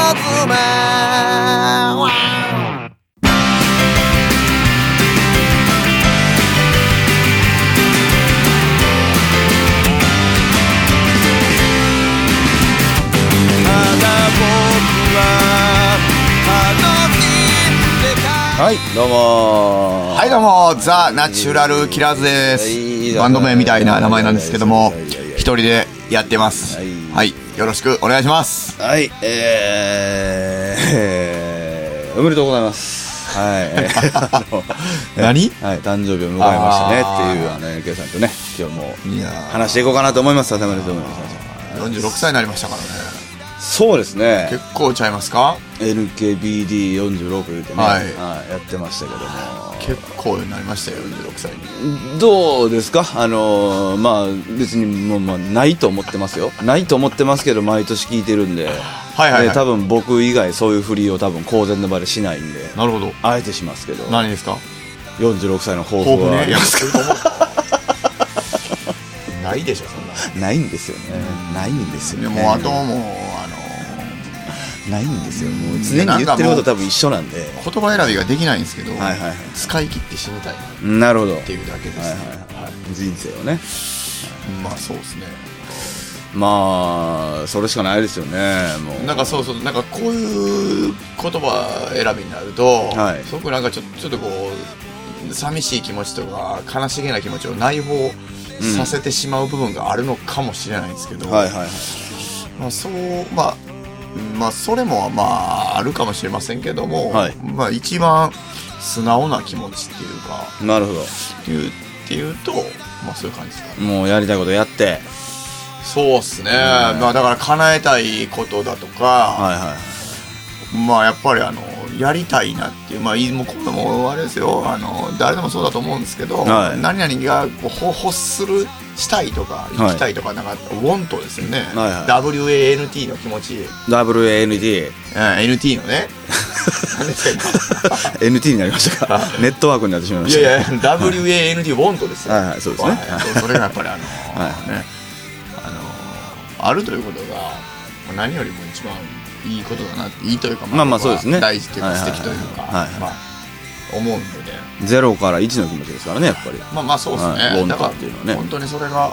めはい、どうもはいどうも、ザ・ナチュラルキラーズです。バンド名みたいな名前なんですけども、一人でやってます。はい、よろしくお願いします。 はい、おめでとうございます。はい、 何？ はい、誕生日を迎えましたねっていう、NK さんとね、今日も話していこうかなと思います。おめでとうございます。 46歳になりましたからね。 そうですね。 結構ちゃいますか？ NKBD46 言うてね、 はいやってましたけども、 結構になりましたよ、46歳に。 どうですか？まあ別にもう、まあ、ないと思ってますよ。ないと思ってますけど毎年聞いてるんで、 はいはいはい、 多分僕以外そういう振りを多分公然の場でしないんで、 なるほど、 あえてしますけど。 何ですか ？46歳の抱負はありますけど、 ないでしょ、そんな。 ないんですよね。ないんですよね。 もうあともうないんですよ。もう常に言ってること多分一緒なんで、 言葉選びができないんですけど、 はいはいはい、 使い切って死にたいなるほどっていうだけです、ね。 はいはいはい、人生をね。 まあそうですね。 まあそれしかないですよね。もうなんかそうそう、なんかこういう言葉選びになると、はい、すごくなんかちょっとこう寂しい気持ちとか悲しげな気持ちを内包させてしまう部分があるのかもしれないんですけど、 はいはいはい、 まあそうまあそれもまああるかもしれませんけども、はい、まあ一番素直な気持ちっていうか、 なるほどっていうと、まあそういう感じですかね。 もうやりたいことやって、 そうっすね、まあだから叶えたいことだとか、はいはい、まあやっぱりやりたいなっていう、まあもう今度もあれですよ、誰でもそうだと思うんですけど、はい、何々が欲するしたいとか行きたいとか、なんかウォントですよね、はいはい、WANT の気持ち、 NT のね何ですか NT になりましたかネットワークになってしまいました。 いやいや WANT ウォントですよ。 はいはい、そうですね、 それがやっぱりはい、 ね、あるということが何よりも一番いいことだなって、いいというか、 まあそうですね、 大事というか素敵というか、まあ思うんでね、 0から1の気持ちですからね、やっぱり。 まあそうですね、 はい、だからっていうのはね、 本当にそれが、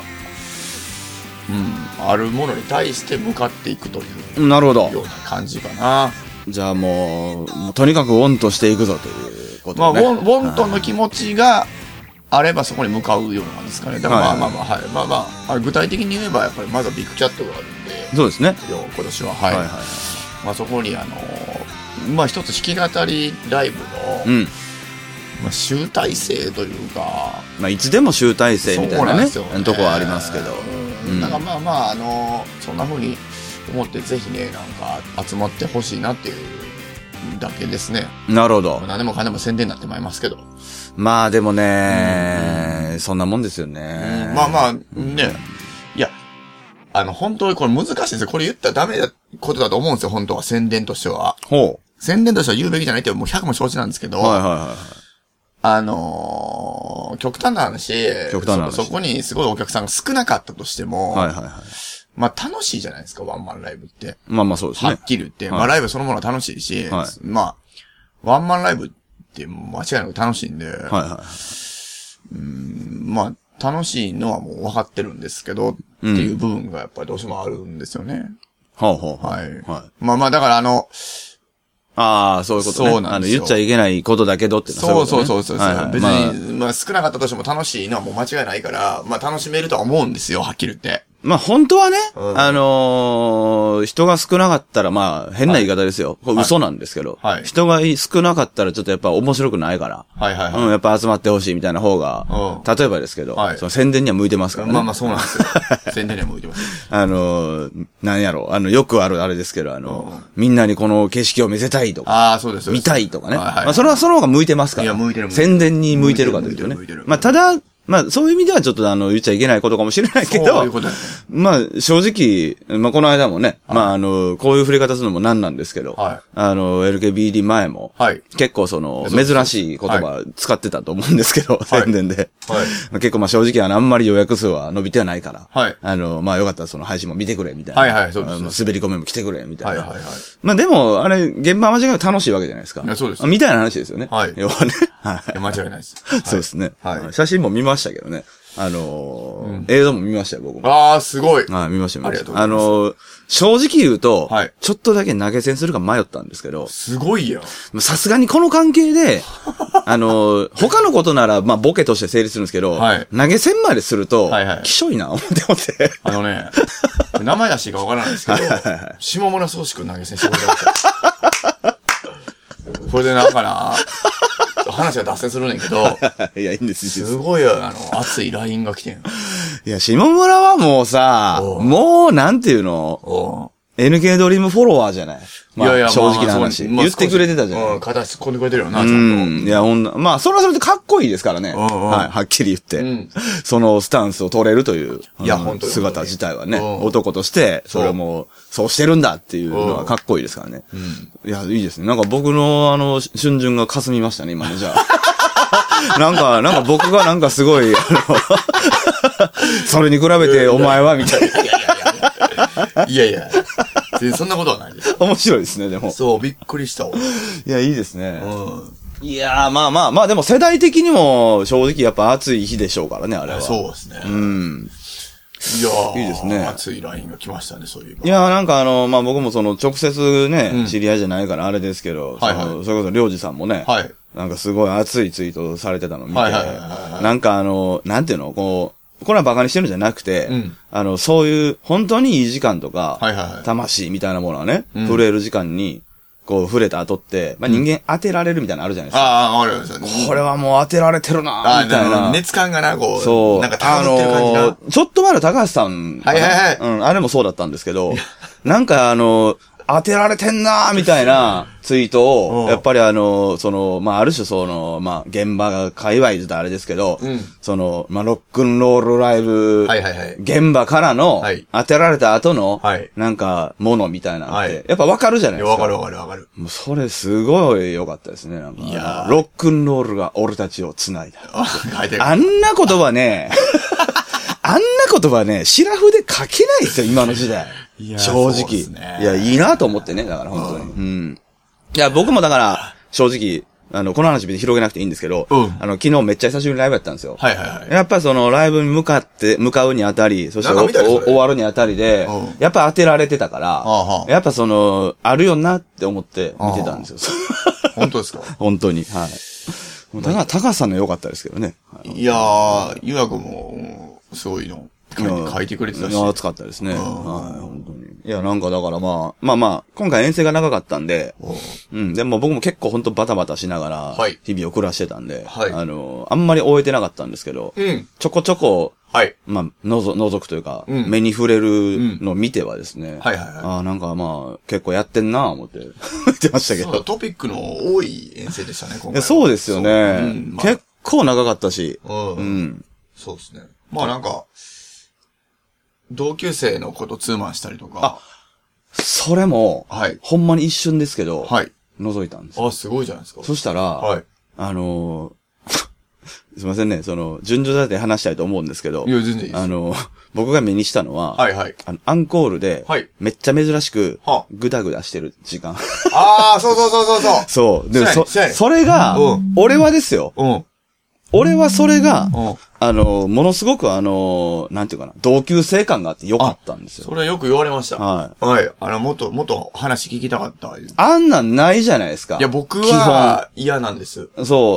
あるものに対して向かっていくというなるほどような感じかな。 じゃあもうとにかくウォンとしていくぞということで、ね、 まあウォントの気持ちがあればそこに向かうようなんですかね。だからまあ具体的に言えばやっぱりまずはビッグキャットがあるんで、 そうですね、 今年ははい、まあそこにまあ一つ弾き語りライブの、まあ、集大成というか、 まあいつでも集大成みたいなね、とこはありますけど、 なんかまあそんな風に思ってぜひね、なんか集まってほしいなっていうだけですね。 なるほど。 何でもかんでも宣伝になってまいりますけど、 まあでもね、そんなもんですよね。 まあね、いや本当にこれ難しいんですよ。これ言ったらダメなことだと思うんですよ、本当は。宣伝としては。 ほう。 宣伝としては言うべきじゃないってもう100も承知なんですけど、 はいはいはい。 極端な話、そこにすごいお客さんが少なかったとしても、はいはいはい。まあ楽しいじゃないですか、ワンマンライブって。 まあそうですね。 はっきり言って、まあライブそのものは楽しいし、まあ、ワンマンライブって間違いなく楽しいんで、はいはい。まあ楽しいのはもう分かってるんですけど、っていう部分がやっぱりどうしてもあるんですよね。はい。まあだからそういうことね。 そうなんですよ。 言っちゃいけないことだけどっていうのはそう。別に、まあ少なかったとしても楽しいのはもう間違いないから、まあ楽しめるとは思うんですよ、はっきり言って。 まあ本当はね、人が少なかったらまあ変な言い方ですよ。これ嘘なんですけど、人が少なかったらちょっとやっぱ面白くないから、やっぱ集まってほしいみたいな方が、例えばですけど、その宣伝には向いてますからね。 まあそうなんですよ。宣伝には向いてます。 なんやろ、よくあるあれですけど、みんなにこの景色を見せたいとか、 そうです。 見たいとかね。まあそれはその方が向いてますから。 いや、向いてる。 宣伝に向いてるかというとね。まあただ、 まあ、そういう意味ではちょっと言っちゃいけないことかもしれないけど、 そういうことだね。 まあ、正直、まあ、この間もね、はい、まあ、こういう触れ方するのもなんなんですけど、はい、LKBD 前も、はい、結構珍しい言葉使ってたと思うんですけど、はい、宣伝で。はい、結構まあ正直あんまり予約数は伸びてはないから、はい、まあよかったらその配信も見てくれ、みたいな。はいはい、そうです。滑り込みも来てくれ、みたいな。はいはいはい。まあでも、あれ、現場間違いが楽しいわけじゃないですか。いや、そうです。みたいな話ですよね。はい。要はね。はい。 間違いないです。 そうですね。はい。写真も見ましたけどね。映像も見ましたよ、僕も。 ああ、すごい。 はい、見ました、見ました。ありがとうございます。正直言うと、はい、ちょっとだけ投げ銭するか迷ったんですけど。 すごいよ。 さすがにこの関係で、他のことなら、まあ、ボケとして成立するんですけど、はい、投げ銭まですると、はいはい、きしょいな、思って。 名前出していいかわからないですけど、下村宗志君投げ銭してくれました。これでなんかな、話が脱線するんだけど、 いや、いいんです、 すごい、熱い LINE が来てん。 いや、下村はもうさ、もう、なんていうのNK ドリームフォロワーじゃない。まあ、いやいや正直な話、言ってくれてたじゃん。 形突っ込んでくれてるよな、ちゃんと。いや、まあ、それはそれでかっこいいですからね。はい、はっきり言って。そのスタンスを取れるという、姿自体はね、男として、それをもう、そうしてるんだっていうのはかっこいいですからね。いや、いいですね。なんか僕の春巡が霞みましたね、今ね、じゃあ。なんか僕がなんかすごい、それに比べてお前は、みたいな。 いやいや。そんなことはないです。 面白いですね、でも。 そう、びっくりしたわ。 いや、いいですね。いやー、まあ、でも世代的にも正直やっぱ熱い日でしょうからね、あれは。 そうですね。いやー、いいですね。熱い LINE が来ましたね、そういう。 いやー、なんかまあ僕も直接ね、知り合いじゃないからあれですけど、それこそりょうじさんもね、なんかすごい熱いツイートされてたのを見て、なんかなんていうの、これはバカにしてるんじゃなくて、そういう、本当にいい時間とか、魂みたいなものはね、触れる時間に、こう、触れた後って、まあ、人間当てられるみたいなのあるじゃないですか。 ああ、わかりますよね。 これはもう当てられてるなみたいな。 熱感がな、こう。 そう。 なんか高ぶってる感じな。 ちょっと前の高橋さん。あれもそうだったんですけど、なんか当てられてんなーみたいなツイートを、やっぱりまあ、ある種まあ、現場が界隈であれですけど、まあ、ロックンロールライブ、現場からの、当てられた後の、なんか、ものみたいなのって、やっぱわかるじゃないですか。 わかる。 もうそれすごい良かったですね、なんか。いやロックンロールが俺たちを繋いだ。あんな言葉ね、シラフで書けないですよ、今の時代。正直。いや、いいなと思ってね、だから本当に。いや、僕もだから、正直、この話別に広げなくていいんですけど、昨日めっちゃ久しぶりにライブやったんですよ。やっぱりライブに向かうにあたり、そして終わるにあたりで、やっぱ当てられてたから、やっぱあるよなって思って見てたんですよ。 本当ですか？ 本当に、はい。だから、高橋さんの良かったですけどね。 いやー、ゆうやくも、すごいの。書いてくれてたし。 熱かったですね。はい、本当に。いや、なんかだからまあ、今回遠征が長かったんで、でも僕も結構本当バタバタしながら、日々を暮らしてたんで、あんまり終えてなかったんですけど、ちょこちょこ、まあ、覗くというか、目に触れるのを見てはですね、なんかまあ、結構やってんなぁ思って見てましたけど。 トピックの多い遠征でしたね、今回。 そうですよね。結構長かったし。 そうですね。まあなんか、同級生の子とツーマンしたりとか。 それも、ほんまに一瞬ですけど、覗いたんですよ。 すごいじゃないですか。 そしたら、すいませんね、順序立て話したいと思うんですけど、 いや、全然いいです。 僕が目にしたのは、アンコールで、めっちゃ珍しく、グダグダしてる時間。 そう。 そう。で、それが、俺はですよ。俺はそれが、ものすごくなんていうかな、同級生感があって良かったんですよ。 それはよく言われました。はい。もっと話聞きたかった。 あんなんないじゃないですか。 いや、僕は嫌なんです。 そう、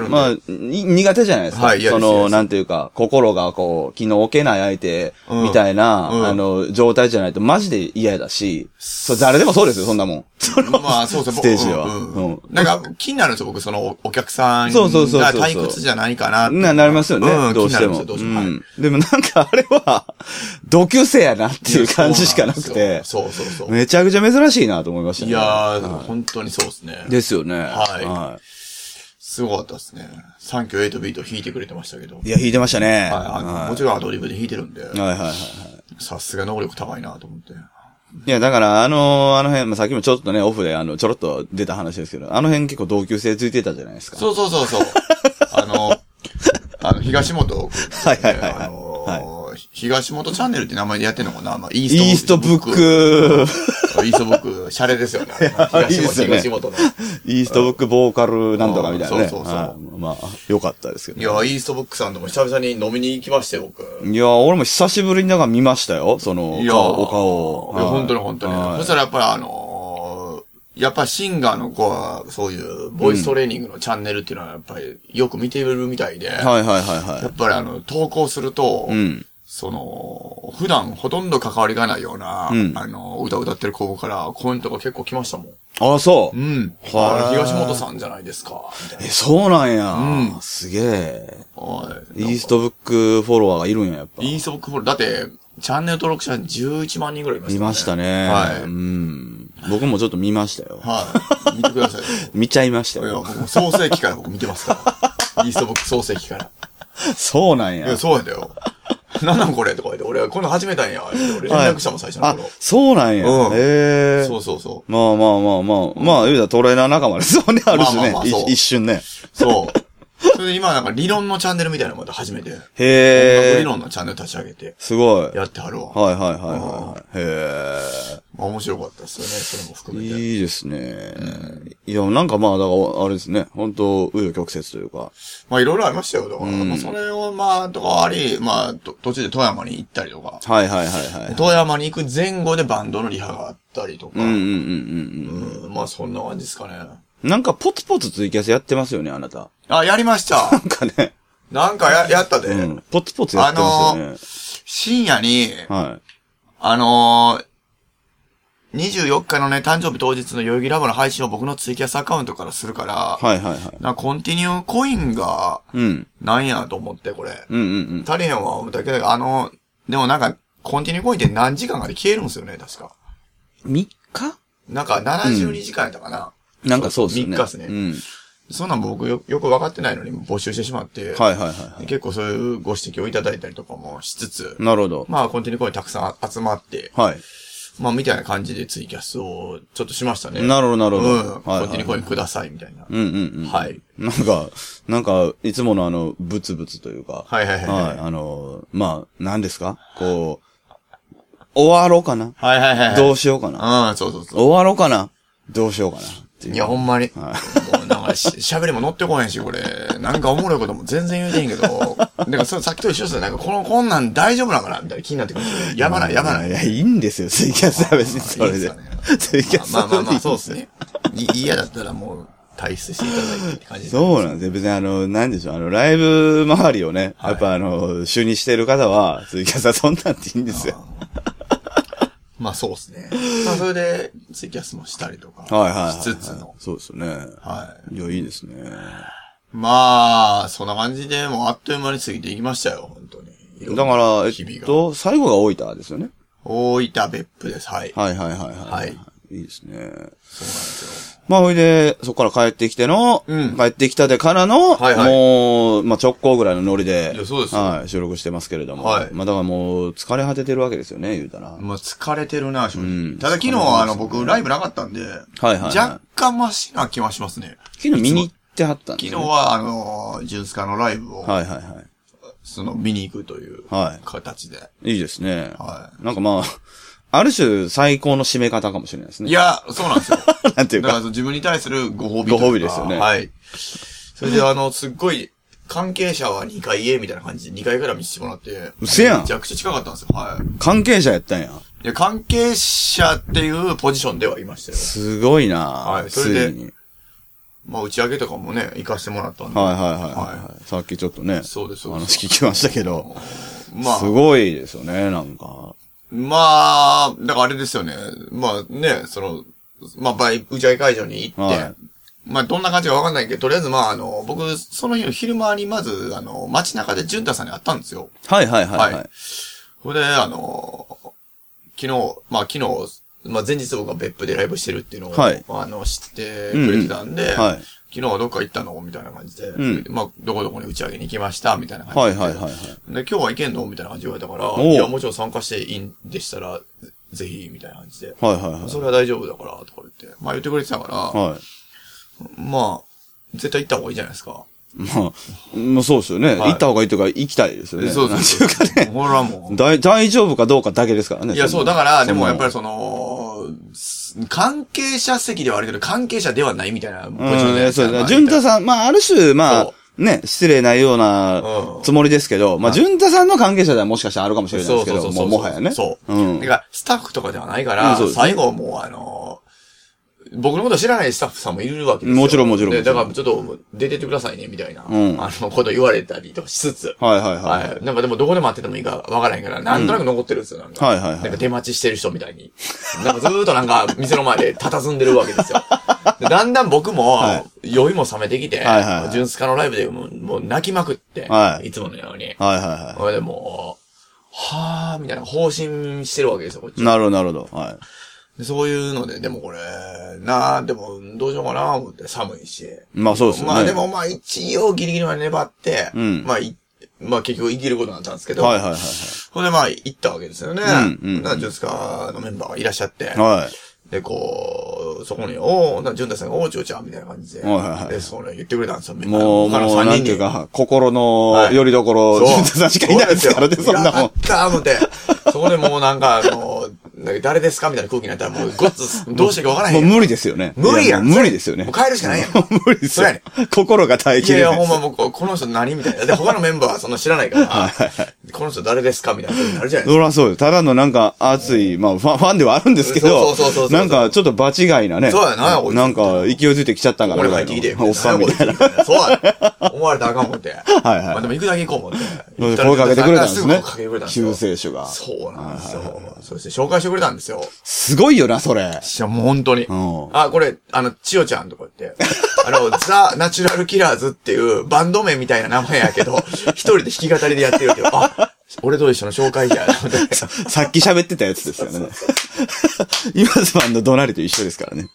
まあ、苦手じゃないですか。なんていうか、心がこう、気の置けない相手、みたいな、状態じゃないとマジで嫌だし、誰でもそうですよ、そんなもん。 まあ、そうそう、 ステージは。 なんか、気になるんですよ、僕、お客さんが退屈じゃないかな。 なりますよね。どうしても。でもなんかあれは、同級生やなっていう感じしかなくて。そう。めちゃくちゃ珍しいなと思いましたね。 いやー、本当にそうですね。 ですよね。 すごかったですね。サンキュー8ビート弾いてくれてましたけど。 いや、弾いてましたね。 はい、もちろんアドリブで弾いてるんで。 はいはいはい。 さすが能力高いなと思って。 いや、だからあの辺、まあ、さっきもちょっとね、オフでちょろっと出た話ですけど、あの辺結構同級生ついてたじゃないですか。 そう。東本君、ね。 はい。 東本チャンネルって名前でやってんのかな、まあ、 イーストブック。 イーストブック、シャレですよね。東本の。 イーストブックボーカルなんとかみたいなね。 そう。 まあ、よかったですけど、 ね。いや、イーストブックさんとも久々に飲みに行きましたよ、僕。 いや、俺も久しぶりに見ましたよ、お顔。 いや、本当に。そしたらやっぱりやっぱシンガーの子は、そういうボイストレーニングのチャンネルっていうのはやっぱりよく見てるみたいで。 はい。 やっぱり投稿すると、普段ほとんど関わりがないような、歌歌ってる子からコメントが結構来ましたもん。 ああ、そう。 東本さんじゃないですか。 そうなんや。すげえ。イーストブックフォロワーがいるんや、やっぱ。 イーストブックフォロワー、だって、チャンネル登録者11万人ぐらいいましたね。 いましたね。はい。僕もちょっと見ましたよ。 はい。見てください。 見ちゃいましたよ。 いや、僕創世期から僕見てますから。イーストブック創世期から。 そうなんや。 いや、そうやだよ。なんこれとか言って、俺はこんな始めたんや。俺連絡したもん、最初の頃。 そうなんや。へえ。 そう。 まあ、言うたらトレーナー仲間ですよね、ある種ね。一瞬ね。 そう。それで今理論のチャンネルみたいなのまた始めて。 へー。 理論のチャンネル立ち上げて。 すごい。 やってはるわ。 はい。へー。 まあ面白かったですよね、それも含めて。 いいですね。いや、だからあれですね。本当紆余曲折というか。 まあいろいろありましたよ。だから、まあそれをとかあり、途中で富山に行ったりとか。 はい。 富山に行く前後でバンドのリハがあったりとか。まあそんな感じですかね。 ポツポツツイキャスやってますよね、あなた。 あ、やりました。 ね。 やったで。 ポツポツやってますよね。 深夜に、24日のね、誕生日当日の代々木ラボの配信を僕のツイキャスアカウントからするから、コンティニューコインが、なんやと思って、これ。足りへんわ、思ったけど、でもコンティニューコインって何時間かで消えるんですよね、確か。 3日 72時間やったかな。 そうですね。 3日ですね。そんなん僕よく分かってないのに募集してしまって。結構そういうご指摘をいただいたりとかもしつつ。 なるほど。 まあ、コンティニューコインたくさん集まって。まあ、みたいな感じでツイキャスをちょっとしましたね。 なるほど。 コンティニューコインください、みたいな。はい。 いつものブツブツというか。まあ、何ですか終わろうかな。どうしようかな。 そう。 終わろうかな。どうしようかな。 いや、ほんまに。喋りも乗ってこへんし、これ。おもろいことも全然言うてへんけど。さっきと一緒ですよ。こんなん大丈夫なのかなみたいな気になってくる。やばない。 いや、いいんですよ、ツイキャスは別にそれで。ツイキャスは。 まあ、そうですね。嫌だったらもう、退出していただいてって感じです。 そうなんですよ。別になんでしょう、ライブ周りをね、やっぱ主にしてる方は、ツイキャスはそんなんていいんですよ。 まあそうですね。まあそれでツイキャスもしたりとかしつつの。 そうですね。いや、いいですね。 まあ、そんな感じでもうあっという間に過ぎていきましたよ、本当に。 だから、最後が大分ですよね。 大分別府です。はい。 はい。いいですね。そうなんですよ。まあ、ほいで、そこから帰ってきて帰ってきたでからの、もう、まあ、直行ぐらいのノリで、 そうです。 収録してますけれども。まあ、だからもう、疲れ果ててるわけですよね、言うたら。 まあ、疲れてるな、正直。ただ昨日僕、ライブなかったんで、若干マシな気はしますね。 昨日見に行ってはったんです昨日は、ジュンスカのライブを、見に行くという形で。 いいですね。まあ、ある種最高の締め方かもしれないですね。 いや、そうなんですよ。 なんていうか。 だから自分に対するご褒美。 ご褒美ですよね。 はい。それですっごい、関係者は2階へみたいな感じで2階から見せてもらって。 うせやん。 めちゃくちゃ近かったんですよ。 関係者やったんや。いや、関係者っていうポジションではいましたよ。 すごいなそれで、まあ、打ち上げとかもね、行かせてもらったんで。 さっきちょっとね、 そうです。 話聞きましたけど。まあ。すごいですよね、 まあ、だからあれですよね。まあね、まあ、打ち上げ会場に行って、まあ、どんな感じかわかんないけど、とりあえずまあ、僕、その日の昼間にまず、街中で淳太さんに会ったんですよ。 はい。 それで、昨日、まあ、前日僕が別府でライブしてるっていうのを、知ってくれてたんで、 昨日はどっか行ったのみたいな感じで。まあ、どこどこに打ち上げに行きましたみたいな感じで。で、今日は行けんのみたいな感じで言われたから、いや、もちろん参加していいんでしたら、ぜひ、みたいな感じで。それは大丈夫だから、とか言って。まあ言ってくれてたから、まあ、絶対行った方がいいじゃないですか。 まあ、そうですよね。行った方がいいとか行きたいですよね。 そうですね。ほらもう。大丈夫かどうかだけですからね。 いや、そう、だから、でもやっぱり関係者席ではあるけど、関係者ではないみたいなポジションじゃないですか。 潤太さん、まあ、ある種、まあ、ね、失礼なようなつもりですけど、まあ、潤太さんの関係者ではもしかしたらあるかもしれないですけど、もはやね。 そう。だから、スタッフとかではないから、最後もう僕のこと知らないスタッフさんもいるわけですよ。 もちろん。だからちょっと出てってくださいね、みたいな、こと言われたりとかしつつ。なんかでもどこで待っててもいいかわからへんから、なんとなく残ってるんですよ、なんか。なんか出待ちしてる人みたいに。なんかずーっとなんか店の前で佇んでるわけですよ。だんだん僕も、酔いも冷めてきて、ジュンスカのライブでもう泣きまくって、いつものように。それでもう、はぁーみたいな放心してるわけですよ、こっち。 なるほど。 そういうので、でもこれ、でも、どうしようかな思って、寒いし。 まあそうですね。 まあでもまあ一応ギリギリまで粘って、まあ結局生きることになったんですけど、それでまあ行ったわけですよね。ジュンスカのメンバーがいらっしゃって、で、こう、そこに、ジュンタさんが、ちょちゃんみたいな感じで、で、それ言ってくれたんですよ。 もう、なんていうか、心のよりどころ、ジュンタさんしかいないですからね、そんなもん。 やったー思って、そこでもうなんか、誰ですかみたいな空気になったらもうごっつ、どうしていいかわからへん。 もう無理ですよね。 無理やん。 無理ですよね。 もう帰るしかないやん。 無理ですよ。心が耐えきれない。 いや、ほんまもう、この人何みたいな。で、他のメンバーはそんな知らないから、この人誰ですかみたいなことになるじゃないですか。 そりゃそうよ。ただのなんか熱い、まあファンではあるんですけど、なんかちょっと場違いなね。 そうやな、 なんか勢いづいてきちゃったんかな。 俺入ってきて。 おっさんみたいな。 そうや。思われたらあかん思って。まあでも行くだけ行こう思って。 声かけてくれたんですね。 救世主が。 そうなんですよ。そして紹介してくれたんですよ。 すごいよな、それ。 いや、もう本当に。これ、千代ちゃんとか言って、ザ・ナチュラルキラーズっていうバンド名みたいな名前やけど、一人で弾き語りでやってるけど、俺と一緒の紹介じゃん。 さっき喋ってたやつですよね。今ズバンのドナリと一緒ですからね。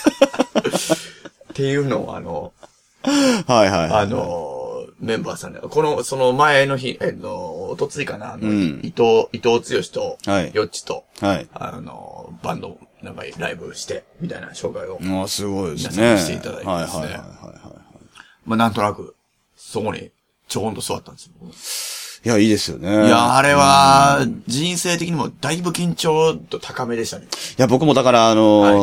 っていうのをメンバーさんで、その前の日、おとついかな、伊藤剛と、よっちと、バンド、なんかライブして、みたいな紹介を。 すごいですね。 していただいてですね。まあなんとなく、そこにちょこんと座ったんですよ。 いや、いいですよね。 いや、あれは、人生的にもだいぶ緊張度高めでしたね。 いや、僕もだから、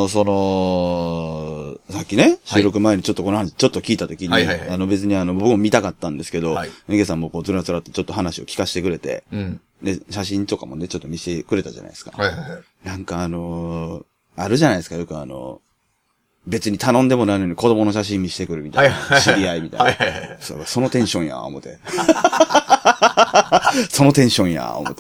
さっきね、収録前にちょっとこの話、ちょっと聞いたときに、別に僕も見たかったんですけど、ネゲさんもこう、つらつらってちょっと話を聞かせてくれて、で、写真とかもね、ちょっと見せてくれたじゃないですか。なんかあるじゃないですか、よく別に頼んでもないのに子供の写真見せてくるみたいな。知り合いみたいな。そのテンションや、思って。そのテンションや、思って。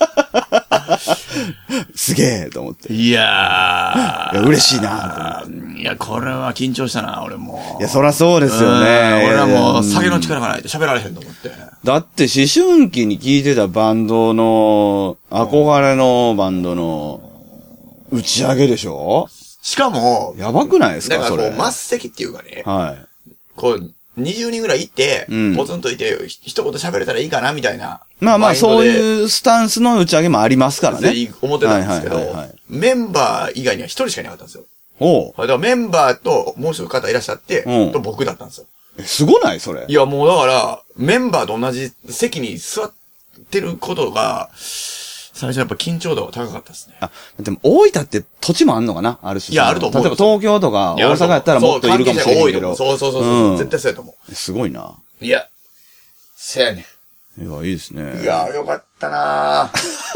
すげえと思って。 いや嬉しいなと思って。 いや、これは緊張したな、俺も。 いや、そりゃそうですよね。 俺はもう、酒の力がないと喋られへんと思って。 だって、思春期に聴いてたバンドの、憧れのバンドの、打ち上げでしょ？ しかも、 やばくないですか？ だからこう、末席っていうかね。こう、20人ぐらいいて、ポツンといて、一言喋れたらいいかな、みたいな。 まあまあ、そういうスタンスの打ち上げもありますからね。 思ってたんですけど、メンバー以外には一人しかいなかったんですよ。だからメンバーともう一人方いらっしゃって、と僕だったんですよ。 すごないそれ。 いや、もうだから、メンバーと同じ席に座ってることが、最初やっぱ緊張度が高かったですね。 でも大分って土地もあんのかなある種。 いや、あると思う。 例えば東京とか大阪やったらもっといるかもしれないけど。 そう。絶対そうやと思う。すごいな。 いや、せやねん。いや、いいですね。 いや、よかったな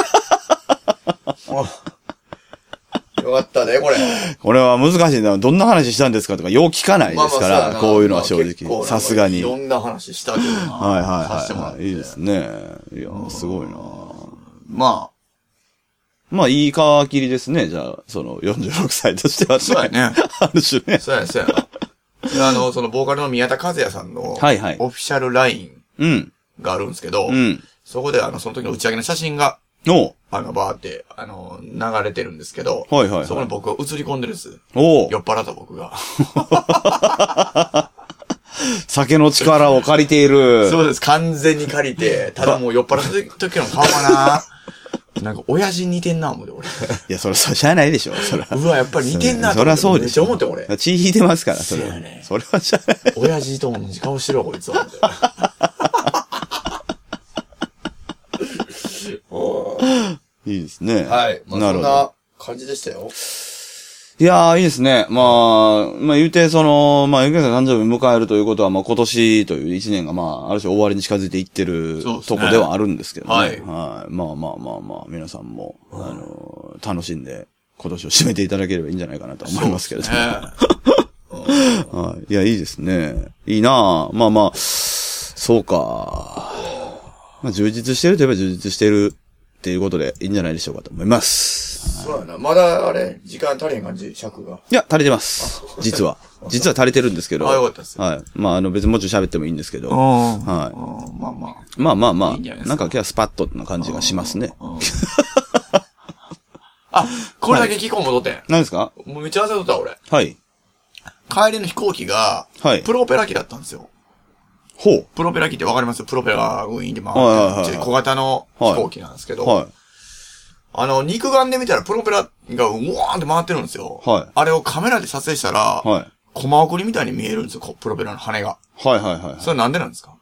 よかったね、これ。 これは難しいな。どんな話したんですかとか、よう聞かないですから、こういうのは正直。さすがに。 いろんな話したけどな。 はい。いいですね。いや、すごいな。 まあ、いい皮切りですね。じゃあ、その46歳としては。 そうやね。 ある種ね。 そうやな。そのボーカルの宮田和也さんの、オフィシャル LINE があるんですけど、そこでその時の打ち上げの写真がバーって、流れてるんですけど、 はいはいはい。 そこに僕が映り込んでるんです。 酔っ払った僕が。 酒の力を借りている。 そうです。完全に借りて、ただもう酔っ払った時の顔かな。なんか、親父似てんな、思うで、俺。 いや、それしゃあないでしょ、それ。 うわ、やっぱり似てんな、 それはそうでしょ。 めっちゃ思って、俺。 血引いてますから、それ。それはしゃあない。 親父と同じ顔してるわ、こいつは。 いいですね。 はい。まあ、そんな感じでしたよ。 いやー、いいですね。まあ言うて、ゆきさん誕生日迎えるということは、今年という一年が、ある種終わりに近づいていってるとこではあるんですけどね。はい。はい。まあ、皆さんも、楽しんで、今年を締めていただければいいんじゃないかなと思いますけれども。はい。いや、いいですね。いいなぁ。そうか。充実してるといえば充実してるっていうことでいいんじゃないでしょうかと思います。 そうやな。まだ、時間足りへん感じ、尺が。 いや、足りてます。実は足りてるんですけど。 よかったです。 はい。別にもうちょい喋ってもいいんですけど。 はい。 まあ。なんか今日はスパッとな感じがしますね。 これだけ聞こう戻ってん。 何ですか？ もうめっちゃ焦った、俺。 はい。 帰りの飛行機が、プロペラ機だったんですよ。 ほう。 プロペラ機ってわかります？プロペラがウィーンで回ってる小型の飛行機なんですけど、はい。肉眼で見たらプロペラがうわーんって回ってるんですよ。はい。あれをカメラで撮影したら、はい。コマ送りみたいに見えるんですよ、プロペラの羽が。はい。それなんでなんですか？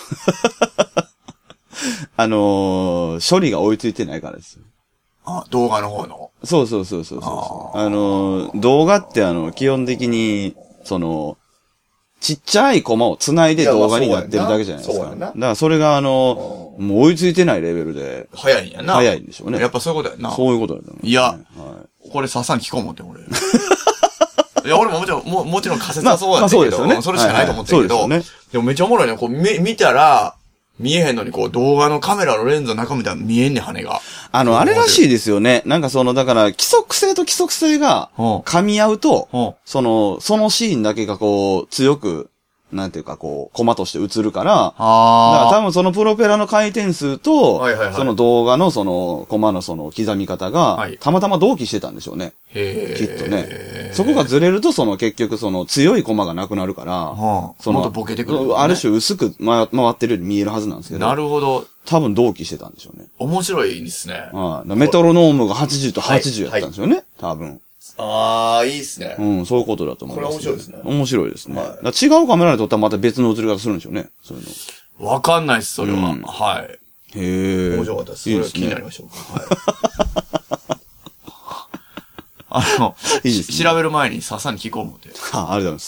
処理が追いついてないからですよ。 動画の方の。 そう。動画って基本的に、ちっちゃいコマを繋いで動画になってるだけじゃないですか。だからそれがもう追いついてないレベルで。 早いんやな。 早いんでしょうね。 やっぱそういうことやな。 そういうことだと思う。 いや、これさっさん聞こう思って、俺。いや、俺ももちろん仮説はそうやったけど、そうですよね。それしかないと思ってるけど、でもめっちゃおもろいね。こう見たら、見えへんのに動画のカメラのレンズの中みたいな見えんね、羽が。 あれらしいですよね。なんかだから、規則性と規則性が噛み合うと、そのシーンだけが強く、なんていうかコマとして映るから、だから多分そのプロペラの回転数と、その動画のコマの刻み方が、たまたま同期してたんでしょうね。きっとね。そこがずれると結局強いコマがなくなるから、 もっとボケてくる、 ある種薄く回ってるように見えるはずなんですけど。 なるほど。 多分同期してたんでしょうね。 面白いですね。 メトロノームが80と80やったんですよね。多分。 いいっすね。 そういうことだと思います。 これ面白いですね。 面白いですね。違うカメラで撮ったらまた別の映り方するんでしょうね。そういうの。わかんないっす、それは。はい。 へえ。 面白かったです。それ気になりましょうか。はい。いいですね。調べる前にさっさに聞こう思って。 ありがとうございます。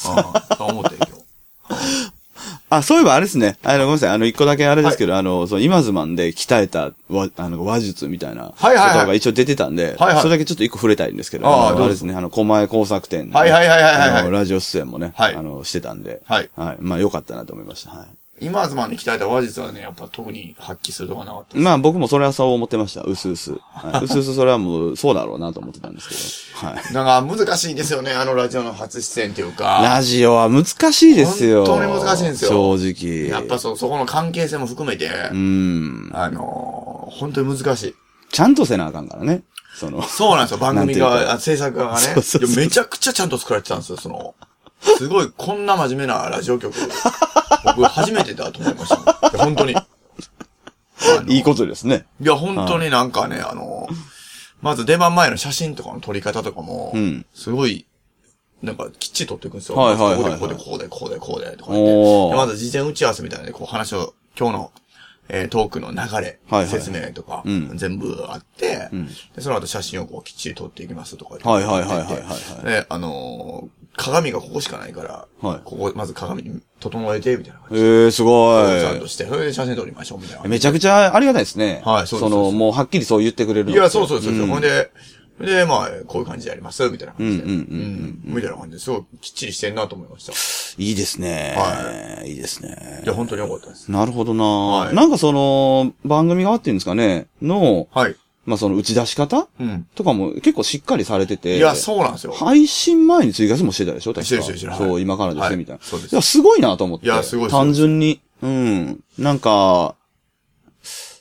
そう思って今日。 そういえばあれですね。ごめんなさい。一個だけあれですけど、今ズマンで鍛えた話術みたいなことが一応出てたんで、それだけちょっと一個触れたいんですけど、あれですね、狛江工作店のラジオ出演もね、してたんで、まあ良かったなと思いました。はい。 今ズマンに鍛えた話術はね、やっぱ特に発揮するとかなかったです。 僕もそれはそう思ってました。うすうす。うすうすそれはもうそうだろうなと思ってたんですけど。はい。 なんか難しいですよね、ラジオの初出演っていうか。 ラジオは難しいですよ。 本当に難しいんですよ。 正直。 やっぱそこの関係性も含めて、本当に難しい。 ちゃんとせなあかんからね。 そうなんですよ、番組が、制作側がね。めちゃくちゃちゃんと作られてたんですよ、すごい、こんな真面目なラジオ局、僕初めてだと思いました。本当に。 いいことですね。 いや、本当になんかね、まず出番前の写真とかの撮り方とかも、すごい、なんかきっちり撮っていくんですよ。こうで、こうで、とか言って。まず事前打ち合わせみたいな話を、今日の、トークの流れ、説明とか、全部あって、で、その後写真をきっちり撮っていきますとか言って。で、鏡がここしかないから、ここ、まず鏡に整えて、みたいな感じ。 すごい。 ちゃんとして、それで写真撮りましょう、みたいな。 めちゃくちゃありがたいですね。 はい、そうです。 もうはっきりそう言ってくれる。 いや、そう。ほんで、まあ、こういう感じでやります、みたいな感じで。みたいな感じですごいきっちりしてんなと思いました。 いいですね。はい。いいですね。 いや、本当に良かったです。 なるほどな。なんか番組側っていうんですかね、はい。まあ打ち出し方とかも結構しっかりされてて。 いや、そうなんですよ。 配信前に追加もしてたでしょ確か。 してる。 そう、今からですね、みたいな。いや、すごいなと思って。 いや、すごい。 単純に。なんか、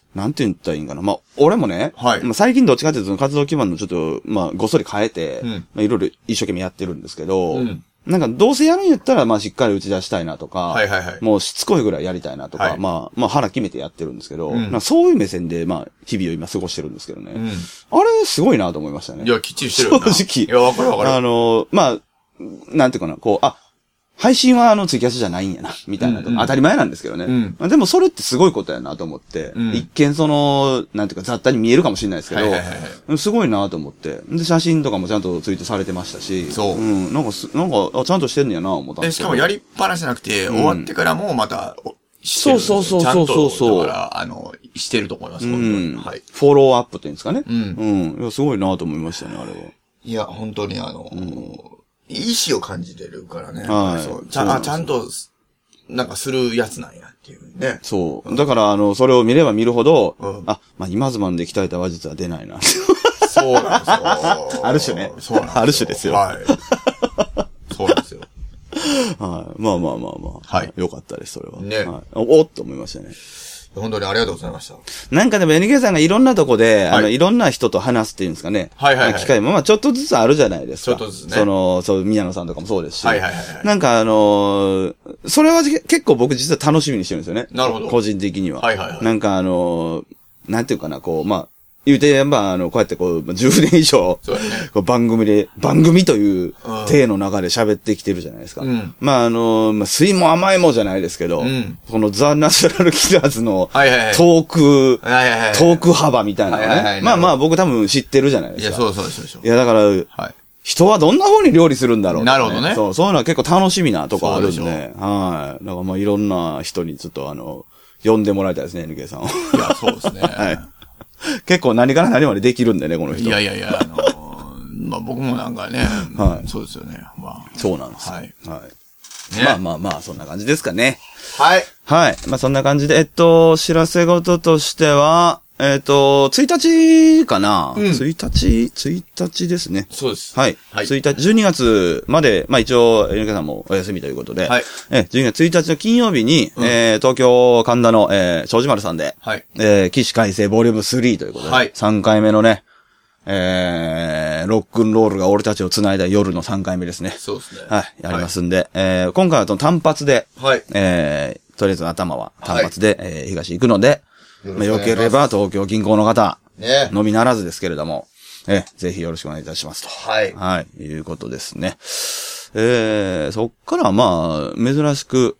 なんて言ったらいいんかな。まあ、俺もね、まあ、最近どっちかっていうと活動基盤のちょっと、まあ、ごっそり変えて、まあ、いろいろ一生懸命やってるんですけど、なんか、どうせやるんやったら、まあ、しっかり打ち出したいなとか、もうしつこいぐらいやりたいなとか、まあ、腹決めてやってるんですけど、なんかそういう目線で、まあ、日々を今過ごしてるんですけどね。あれ、すごいなと思いましたね。 いや、きっちりしてるよな。 正直。 いや、わかるわかる。 まあ、なんていうかな、こう、配信はツイキャスじゃないんやな、みたいな、当たり前なんですけどね。でもそれってすごいことやなと思って、一見なんていうか雑多に見えるかもしれないですけど、すごいなと思って。で、写真とかもちゃんとツイートされてましたし、 そう。 なんか、ちゃんとしてんのやな、思ったんですけど。しかもやりっぱなしじゃなくて、終わってからもまた、 そう。ちゃんと、 だから、してると思います、 はい。フォローアップっていうんですかね。いや、すごいなと思いましたね、あれは。 いや、本当に意志を感じてるからね。ちゃんと、なんかするやつなんやっていうね。 そう。だから、それを見れば見るほど、まあ、今ズマンで鍛えた話術は出ないな。 そうなんですよ。 ある種ね。 そうなんですよ。 ある種ですよ。 はい。そうなんですよ。 はい。まあ。 はい。 よかったです、それは。 ね。 おっと思いましたね。 本当にありがとうございました。 なんかでも NK さんがいろんなとこで、いろんな人と話すっていうんですかね。機会も、まあちょっとずつあるじゃないですか。 ちょっとずつね。 宮野さんとかもそうですし。 なんかそれは結構僕実は楽しみにしてるんですよね。 なるほど。 個人的には。なんかなんていうかな、こう、まあ、言うて、まあ、こうやってこう、10年以上、番組という体の中で喋ってきてるじゃないですか。まあ、酸いも甘いもじゃないですけど、このザ・ナチュラルキラーズのトーク幅みたいなね。まあ、僕多分知ってるじゃないですか。 いや、そう。 いや、だから、人はどんな風に料理するんだろう、 なるほどね。 そういうのは結構楽しみなとこあるんで、はい。だからまあ、いろんな人にちょっと呼んでもらいたいですね、NK さんを。いや、そうですね。はい。 結構何から何までできるんでね、この人。 いや、まあ僕もなんかね、そうですよね。まあ。 そうなんです。 はい。 まあ、そんな感じですかね。 はい。 はい。まあそんな感じで、知らせ事としては、1日かな、1日ですね。 そうです。 はい。1日、12月まで、まあ一応、NK さんもお休みということで、12月1日の金曜日に、東京神田の、庄司丸さんで、起死回生ボリューム3ということで、3回目のね、ロックンロールが俺たちを繋いだ夜の3回目ですね。 そうですね。 はい。やりますんで、今回は単発で、とりあえず頭は単発で、東行くので、よければ東京近郊の方、のみならずですけれども、ぜひよろしくお願いいたしますと。 はい。 はい。いうことですね。そっからまあ、珍しく、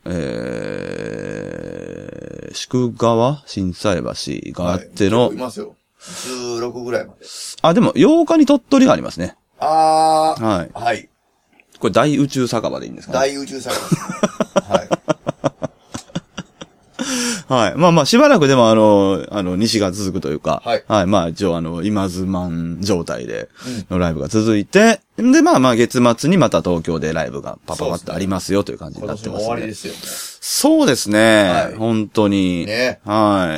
宿川心斎橋があっての、 いますよ。16ぐらいまで。 でも8日に鳥取がありますね。 はい。 これ大宇宙酒場でいいんですかね。 大宇宙酒場。はい。 はい。まあ、しばらくでも西が続くというか、はい。まあ、一応今ズマン状態でのライブが続いて、で、まあ、月末にまた東京でライブがパパッとありますよという感じになってますね。 終わりですよね。 そうですね。本当に。はい。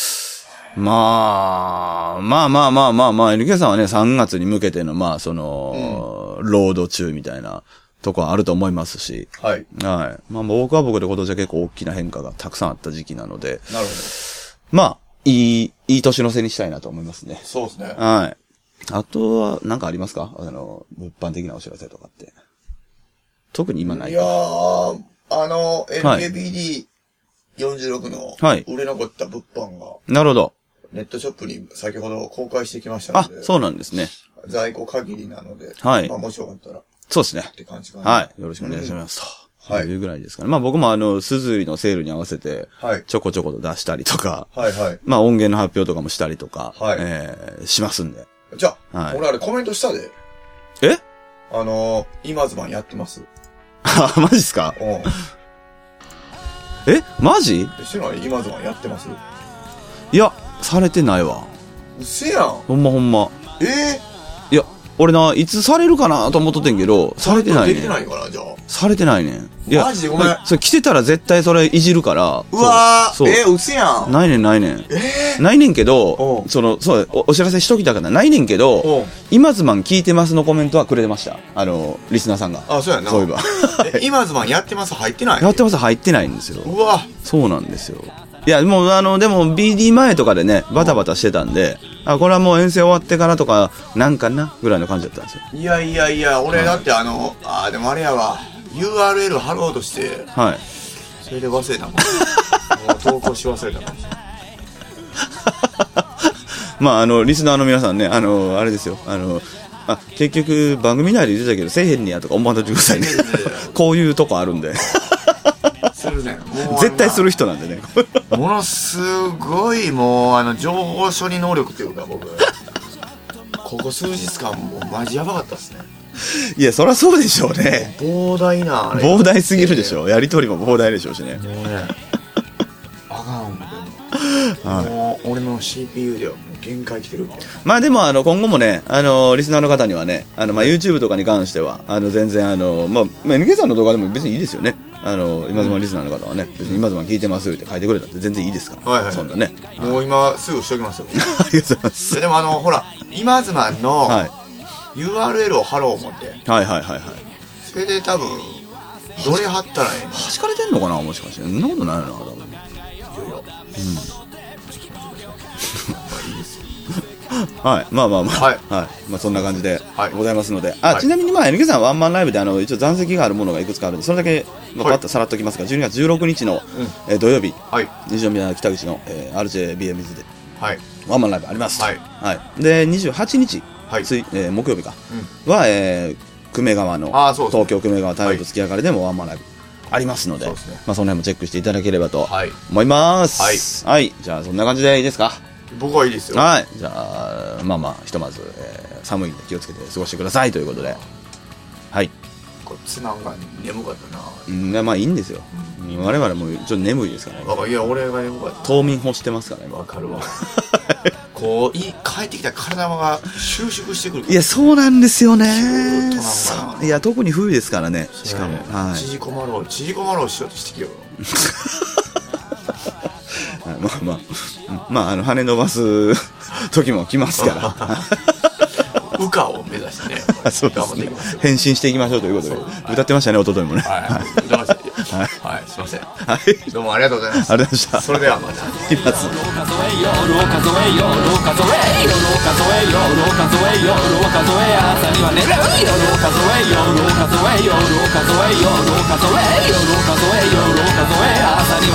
まあ、NK さんはね、3月に向けての、まあ、ロード中みたいな、とこはあると思いますし。はい。はい。まあ僕は僕で今年は結構大きな変化がたくさんあった時期なので。 なるほど。 まあ、いい年の瀬にしたいなと思いますね。 そうですね。 はい。あとは、なんかありますか物販的なお知らせとかって。特に今ないか。 いやー、LKBD46 の、売れ残った物販が。 なるほど。 ネットショップに先ほど公開してきましたので。 そうなんですね。 在庫限りなので。 はい。 まあもしよかったら。 そうですね。 って感じかな。 はい。よろしくお願いします。というぐらいですかね。まあ僕もスズリのセールに合わせて、ちょこちょこと出したりとか、まあ音源の発表とかもしたりとか、しますんで。 じゃあ、俺あれコメントしたで。今ズマンやってます。 マジっすか？マジ？ してない？今ズマンやってます？ いや、されてないわ。 うせやん。 ほんま。いや、俺いつされるかなと思っとってんけど、されてないね。 できてないかな、じゃあ。 されてないね。いや、 マジでごめん。 それ来てたら絶対それいじるから。 うわー。うせやん。 ないねん。ないねんけど、お知らせしときたかな。ないねんけど、今ズマン聞いてますのコメントはくれてました。リスナーさんが。 そうやな。 そういえば。 今ズマンやってます入ってない？ やってます入ってないんですよ。 うわ。 そうなんですよ。 いや、もうでも BD 前とかでね、バタバタしてたんで、これはもう遠征終わってからとか、なんかなぐらいの感じだったんですよ。 いやいやいや、俺だってでもあれやわ、URL 貼ろうとして、はい。それで忘れたもん。もう投稿し忘れたもん。 まあ、リスナーの皆さんね、あれですよ、結局番組内で言ってたけど、せえへんねやとか思わんといてくださいね。こういうとこあるんで。 するね。 絶対する人なんでね。 ものすごいもう情報処理能力っていうか僕ここ数日間もうマジやばかったっすね。 いやそりゃそうでしょうね。 膨大なあれ膨大すぎるでしょ。やりとりも膨大でしょうしね。 あかんでも、もう俺の CPU ではもう限界来てる。 まあでも今後もねリスナーの方にはねYouTube とかに関しては全然NK さんの動画でも別にいいですよね。今妻リスナーの方はね、別に今妻聞いてますって書いてくれたって全然いいですから。はいはい。そんなね。 もう今すぐしときますよ。 ありがとうございます。 でもほら、今妻の URL を貼ろう思って。 はいはいはいはい。 それで多分、どれ貼ったらいいの？ はしかれてんのかなもしかして。そんなことないのかな多分。いやいや。はい、まあまあまあ、はい、はい、まあそんな感じでございますので、ちなみにNK さんワンマンライブで一応残席があるものがいくつかあるんで、それだけパッとさらっときますが、12月16日の土曜日、西宮北口の RJBMZ でワンマンライブあります。はい。で28日木曜日かは久米川の東京久米川太陽と月明かりでもワンマンライブありますので、まあその辺もチェックしていただければと思います。はい。じゃあそんな感じでいいですか？ 僕はいいですよ。 はい。じゃあまあまあひとまず寒いんで気をつけて過ごしてくださいということで、はい。 こっちなんか眠かったな。 まあいいんですよ。我々もちょっと眠いですからね。 いや俺が眠かった。 冬眠干してますからね。 わかるわ。こう帰ってきた体が収縮してくる。 いやそうなんですよね。いや特に冬ですからね。しかも縮こまろうしようとしてきよ。 まあ羽伸ばす時も来ますから羽化を目指してねそうですね、変身していきましょうということで歌ってましたね、一昨日もね。はい歌いました。はい、すいません。どうもありがとうございます。 ありがとうございました。 それではまた一発。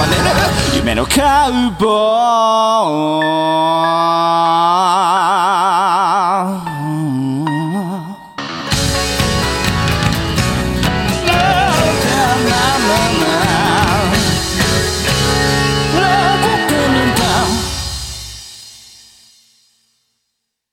夢のカウボーイ